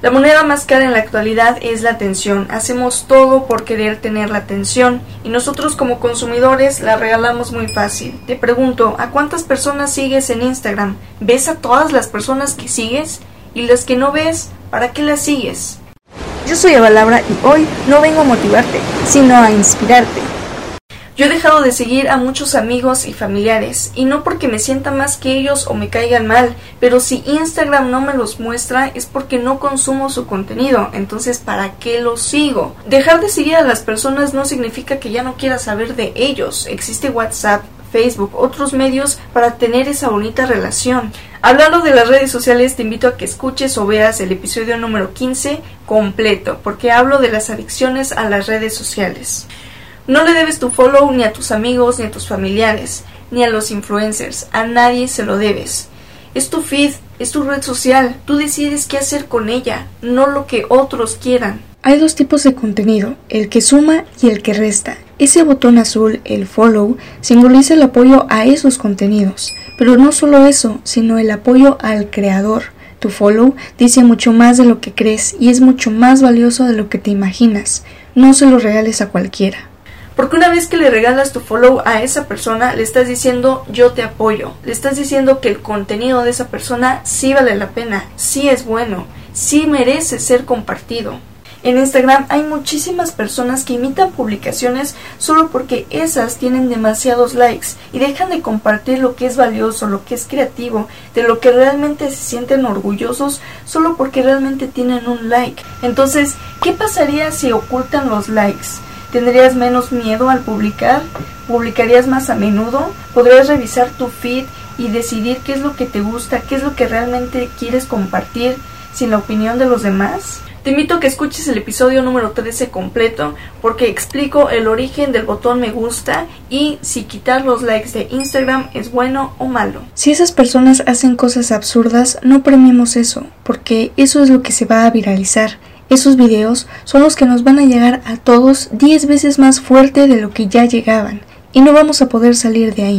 La moneda más cara en la actualidad es la atención. Hacemos todo por querer tener la atención y nosotros como consumidores la regalamos muy fácil. Te pregunto, ¿a cuántas personas sigues en Instagram? ¿Ves a todas las personas que sigues? Y las que no ves, ¿para qué las sigues? Yo soy Eva Laura y hoy no vengo a motivarte, sino a inspirarte. Yo he dejado de seguir a muchos amigos y familiares, y no porque me sienta más que ellos o me caigan mal, pero si Instagram no me los muestra es porque no consumo su contenido, entonces ¿para qué los sigo? Dejar de seguir a las personas no significa que ya no quiera saber de ellos. Existe WhatsApp, Facebook, otros medios para tener esa bonita relación. Hablando de las redes sociales, te invito a que escuches o veas el episodio número 15 completo, porque hablo de las adicciones a las redes sociales. No le debes tu follow ni a tus amigos, ni a tus familiares, ni a los influencers. A nadie se lo debes. Es tu feed, es tu red social. Tú decides qué hacer con ella, no lo que otros quieran. Hay dos tipos de contenido, el que suma y el que resta. Ese botón azul, el follow, simboliza el apoyo a esos contenidos. Pero no solo eso, sino el apoyo al creador. Tu follow dice mucho más de lo que crees y es mucho más valioso de lo que te imaginas. No se lo regales a cualquiera. Porque una vez que le regalas tu follow a esa persona, le estás diciendo yo te apoyo. Le estás diciendo que el contenido de esa persona sí vale la pena, sí es bueno, sí merece ser compartido. En Instagram hay muchísimas personas que imitan publicaciones solo porque esas tienen demasiados likes y dejan de compartir lo que es valioso, lo que es creativo, de lo que realmente se sienten orgullosos solo porque realmente tienen un like. Entonces, ¿qué pasaría si ocultan los likes? ¿Tendrías menos miedo al publicar? ¿Publicarías más a menudo? ¿Podrías revisar tu feed y decidir qué es lo que te gusta, qué es lo que realmente quieres compartir sin la opinión de los demás? Te invito a que escuches el episodio número 13 completo porque explico el origen del botón me gusta y si quitar los likes de Instagram es bueno o malo. Si esas personas hacen cosas absurdas, no premiemos eso, porque eso es lo que se va a viralizar. Esos videos son los que nos van a llegar a todos 10 veces más fuerte de lo que ya llegaban y no vamos a poder salir de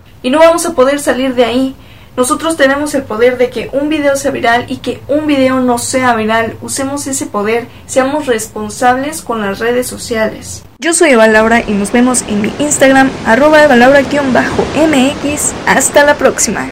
ahí. Nosotros tenemos el poder de que un video sea viral y que un video no sea viral. Usemos ese poder, seamos responsables con las redes sociales. Yo soy Eva Laura y nos vemos en mi Instagram @evalaura_mx. Hasta la próxima.